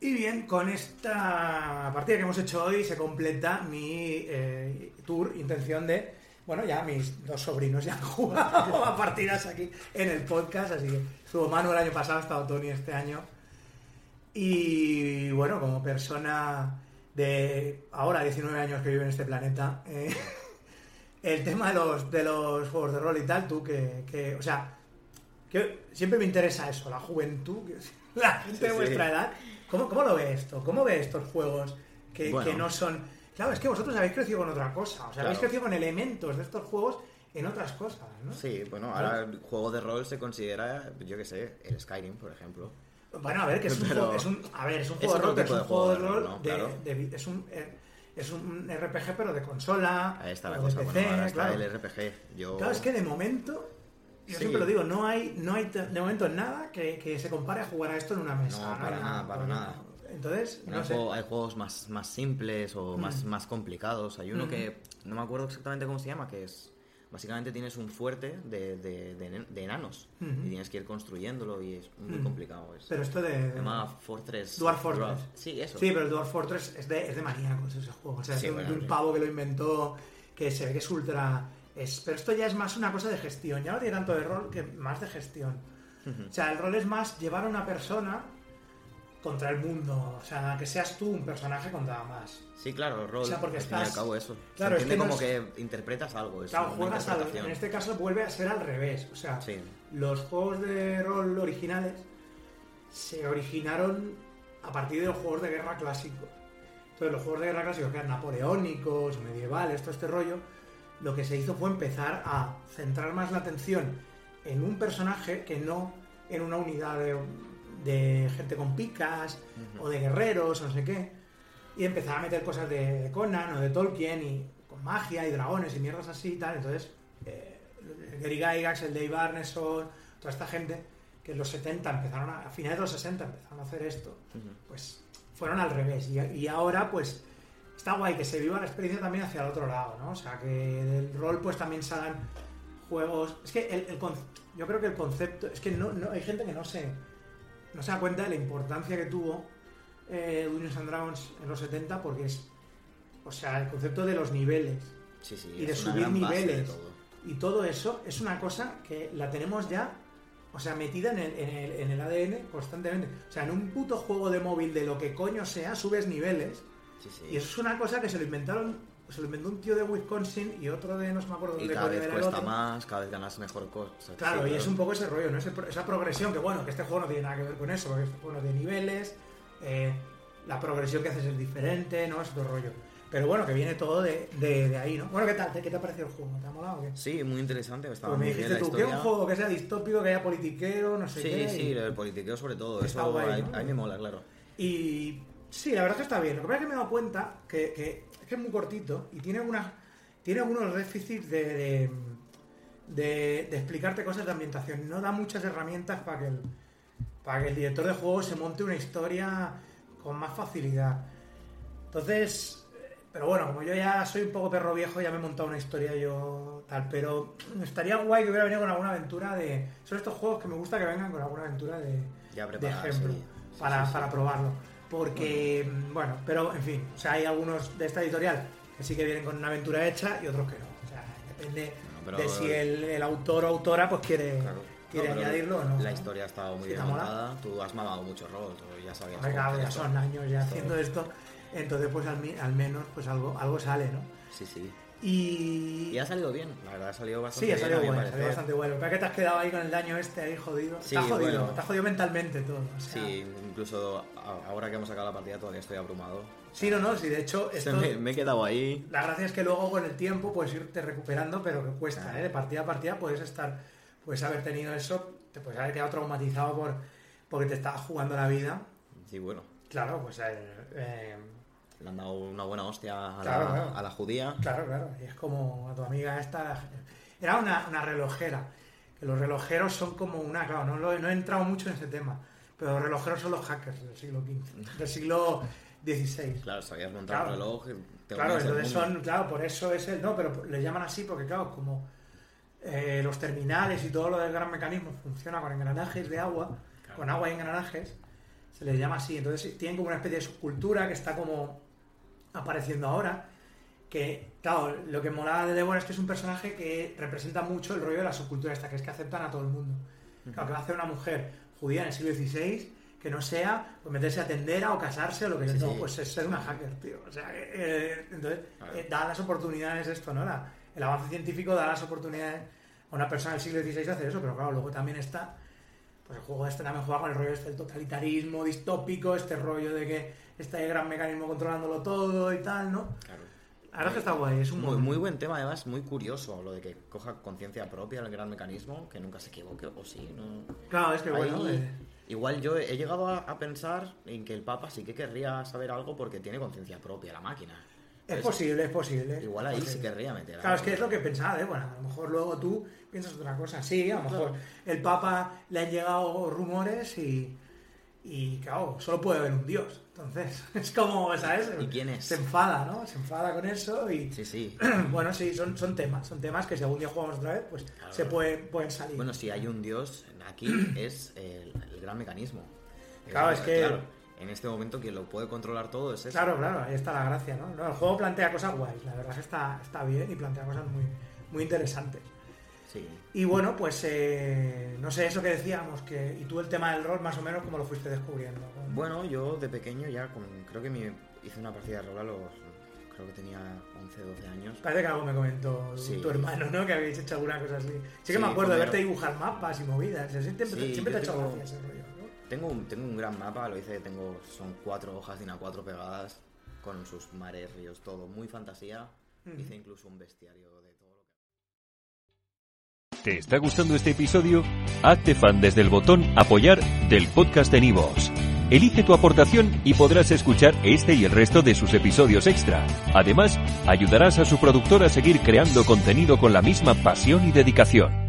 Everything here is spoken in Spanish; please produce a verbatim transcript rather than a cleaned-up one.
Y bien, con esta partida que hemos hecho hoy se completa mi eh, tour, intención de... Bueno, ya mis dos sobrinos ya han jugado a partidas aquí en el podcast, así que estuvo Manu el año pasado, ha estado Tony este año. Y bueno, como persona de ahora diecinueve años que vive en este planeta, eh, el tema de los, de los juegos de rol y tal, tú que, que o sea, que siempre me interesa eso, la juventud, la gente sí, de vuestra sí. edad. ¿Cómo, ¿Cómo lo ve esto? ¿Cómo ve estos juegos que, bueno. que no son...? Claro, es que vosotros habéis crecido con otra cosa, o sea, claro. habéis crecido con elementos de estos juegos en otras cosas, ¿no? Sí, bueno, ahora el juego de rol se considera, yo qué sé, el Skyrim, por ejemplo. Bueno, a ver, que es un, juego, es un, a ver, es un juego de rol, pero es un juego de rol, ¿no? de, claro. de, de, es, un, es un R P G, pero de consola, ahí está la de cosa, P C, bueno, ahora está claro. el R P G. Yo... Claro, es que de momento... Yo sí. siempre lo digo, no hay, no hay de momento nada que, que se compare a jugar a esto en una mesa. No, no para nada, nada, para nada. Entonces, no hay, sé. juego, hay juegos más, más simples o mm. más, más complicados. Hay uno mm. que no me acuerdo exactamente cómo se llama, que es... Básicamente tienes un fuerte de, de, de, de enanos mm-hmm. y tienes que ir construyéndolo y es muy mm. complicado. Es, pero esto de... Se llama Fortress... Dwarf Fortress. Dwarf. Sí, eso. Sí, pero el Dwarf Fortress es de, es de maníacos ese juego. O sea, sí, es de, bueno, de un sí. pavo que lo inventó, que se ve que es ultra... Es, pero esto ya es más una cosa de gestión. Ya no tiene tanto de rol que más de gestión. Mm-hmm. O sea, el rol es más llevar a una persona... contra el mundo, o sea, que seas tú un personaje contra más. Sí, claro, el rol, o sea, porque al estás... fin y al cabo eso. Claro, se entiende es que como no es... que interpretas algo. Es claro, juegas algo. En este caso vuelve a ser al revés. O sea, sí. los juegos de rol originales se originaron a partir de los juegos de guerra clásicos. Entonces, los juegos de guerra clásicos, que eran napoleónicos, medievales, todo este rollo, lo que se hizo fue empezar a centrar más la atención en un personaje que no en una unidad de... de gente con picas uh-huh. o de guerreros o no sé qué, y empezaba a meter cosas de Conan o de Tolkien y con magia y dragones y mierdas así y tal. Entonces eh, Gary Gygax, el Dave Arneson, toda esta gente que en los setenta empezaron a, a finales de los sesenta empezaron a hacer esto, uh-huh. pues fueron al revés y, y ahora pues está guay que se viva la experiencia también hacia el otro lado, ¿no? O sea, que del rol pues también salgan juegos, es que el, el yo creo que el concepto es que no, no hay gente que no se no se da cuenta de la importancia que tuvo eh, Dungeons and Dragons en los setenta, porque es, o sea, el concepto de los niveles sí, sí, y de subir niveles todo. Y todo eso es una cosa que la tenemos ya, o sea, metida en el, en el, en el A D N constantemente. O sea, en un puto juego de móvil de lo que coño sea, subes niveles sí, sí. y eso es una cosa que se lo inventaron se lo inventó un tío de Wisconsin y otro de no me acuerdo dónde. Y cada vez cuesta más, cada vez ganas mejor cosas. Claro, sí, y es un poco ese rollo, ¿no? Ese, esa progresión que, bueno, que este juego no tiene nada que ver con eso, porque este juego no tiene niveles, eh, la progresión que haces es diferente, ¿no? Es otro rollo. Pero bueno, que viene todo de, de, de ahí, ¿no? Bueno, ¿qué tal? ¿Qué te ha parecido el juego? ¿Te ha molado o qué? Sí, muy interesante. Estaba pues me muy dijiste bien tú, la que es un juego que sea distópico, que haya politiqueo, no sé sí, qué. Sí, sí, y... el politiqueo sobre todo. Está eso guay, ahí, ¿no? ahí me mola, claro. Y sí, la verdad es que está bien. Lo que pasa es que me he dado cuenta que, que es que es muy cortito y tiene unas tiene algunos déficits de, de, de, de explicarte cosas de ambientación. No da muchas herramientas para que el, para que el director de juego se monte una historia con más facilidad. Entonces, pero bueno, como yo ya soy un poco perro viejo, ya me he montado una historia yo tal, pero estaría guay que hubiera venido con alguna aventura de... Son estos juegos que me gusta que vengan con alguna aventura de, de ejemplo, sí. Sí, para, sí, sí. para probarlo. Porque, bueno. bueno, pero en fin, o sea, hay algunos de esta editorial que sí que vienen con una aventura hecha y otros que no. O sea, depende bueno, pero, de si el, el autor o autora pues quiere, claro. quiere no, añadirlo o no. La historia ha estado muy sí, bien montada, tú has mamado mucho rol, ya sabías. Claro, ya son años ya haciendo esto, entonces pues al, al menos pues algo, algo sale, ¿no? Sí, sí. Y... y ha salido bien, la verdad ha salido bastante bien. Sí, ha salido bien, bueno, ha salido bastante bueno. ¿Para qué te has quedado ahí con el daño este ahí jodido? Sí, está jodido, bueno. está jodido mentalmente todo. O sea... Sí, incluso ahora que hemos sacado la partida todavía estoy abrumado. Sí, no, no, sí, de hecho... Esto, me, me he quedado ahí. La gracia es que luego con el tiempo puedes irte recuperando, pero que cuesta, ah. ¿eh? De partida a partida puedes estar... Puedes haber tenido eso, te puedes haber quedado traumatizado por porque te estabas jugando la vida. Sí, bueno. Claro, pues... Eh, eh, Le han dado una buena hostia a, claro, la, claro. a la judía. Claro, claro. Y es como a tu amiga esta... Era una, una relojera. Que los relojeros son como una... Claro, no, lo, no he entrado mucho en ese tema. Pero los relojeros son los hackers del siglo quince. Del siglo dieciséis. Claro, sabías montar claro. un reloj. Te claro, entonces son... Claro, por eso es el... No, pero le llaman así porque, claro, como eh, los terminales y todo lo del gran mecanismo funciona con engranajes de agua, claro. con agua y engranajes... se les llama así. Entonces tienen como una especie de subcultura que está como apareciendo ahora, que, claro, lo que molaba de Deborah es que es un personaje que representa mucho el rollo de la subcultura esta, que es que aceptan a todo el mundo. Claro, que va a hacer una mujer judía en el siglo dieciséis que no sea pues meterse a tendera o casarse o lo que sea, sí, no, sí. pues es ser una hacker, tío. O sea, eh, entonces eh, da las oportunidades esto, ¿no? La, el avance científico da las oportunidades a una persona del siglo dieciséis de hacer eso, pero claro, luego también está, pues el juego este también juega con el rollo este del totalitarismo distópico, este rollo de que está el gran mecanismo controlándolo todo y tal, ¿no? Claro. La verdad es que está guay, es un muy, muy buen tema, además, muy curioso lo de que coja conciencia propia del gran mecanismo, que nunca se equivoque, o sí, ¿no? Claro, es que Ahí, bueno... Eh... Igual yo he llegado a, a pensar en que el Papa sí que querría saber algo porque tiene conciencia propia, la máquina. Es Entonces, posible, es posible. Igual ahí posible. sí querría meter. Claro, es que es lo que pensaba, ¿eh? Bueno, a lo mejor luego tú piensas otra cosa. Sí, a lo mejor claro. El Papa le han llegado rumores y... Y claro, solo puede haber un dios. Entonces, es como, ¿sabes? ¿Y quién es? Se enfada, ¿no? Se enfada con eso y... Sí, sí. Bueno, sí, son, son temas. Son temas que si algún día jugamos otra vez, pues claro. se pueden, pueden salir. Bueno, si hay un dios, aquí es el, el gran mecanismo. Claro, es que... Claro, en este momento quien lo puede controlar todo es eso. Claro, claro, ahí está la gracia, ¿no? no el juego plantea cosas guays. La verdad es que está, está bien y plantea cosas muy, muy interesantes. Sí. Y bueno, pues eh, no sé, eso que decíamos, que y tú el tema del rol más o menos cómo lo fuiste descubriendo. ¿Cómo? Bueno, yo de pequeño ya con, creo que me hice una partida de rol a los, creo que tenía once, doce años. Parece que algo me comentó sí. tu hermano, ¿no? Que habéis hecho alguna cosa así. Sí que sí, me acuerdo de verte dibujar mapas y movidas. Siempre, sí, siempre te ha hecho tengo, gracia ese rollo, ¿no? Tengo un, tengo un gran mapa, lo hice, tengo, son cuatro hojas de A cuatro pegadas con sus mares, ríos, todo, muy fantasía. Uh-huh. Hice incluso un bestiario de todo. ¿Te está gustando este episodio? Hazte fan desde el botón Apoyar del podcast de Nivos. Elige tu aportación y podrás escuchar este y el resto de sus episodios extra. Además, ayudarás a su productor a seguir creando contenido con la misma pasión y dedicación.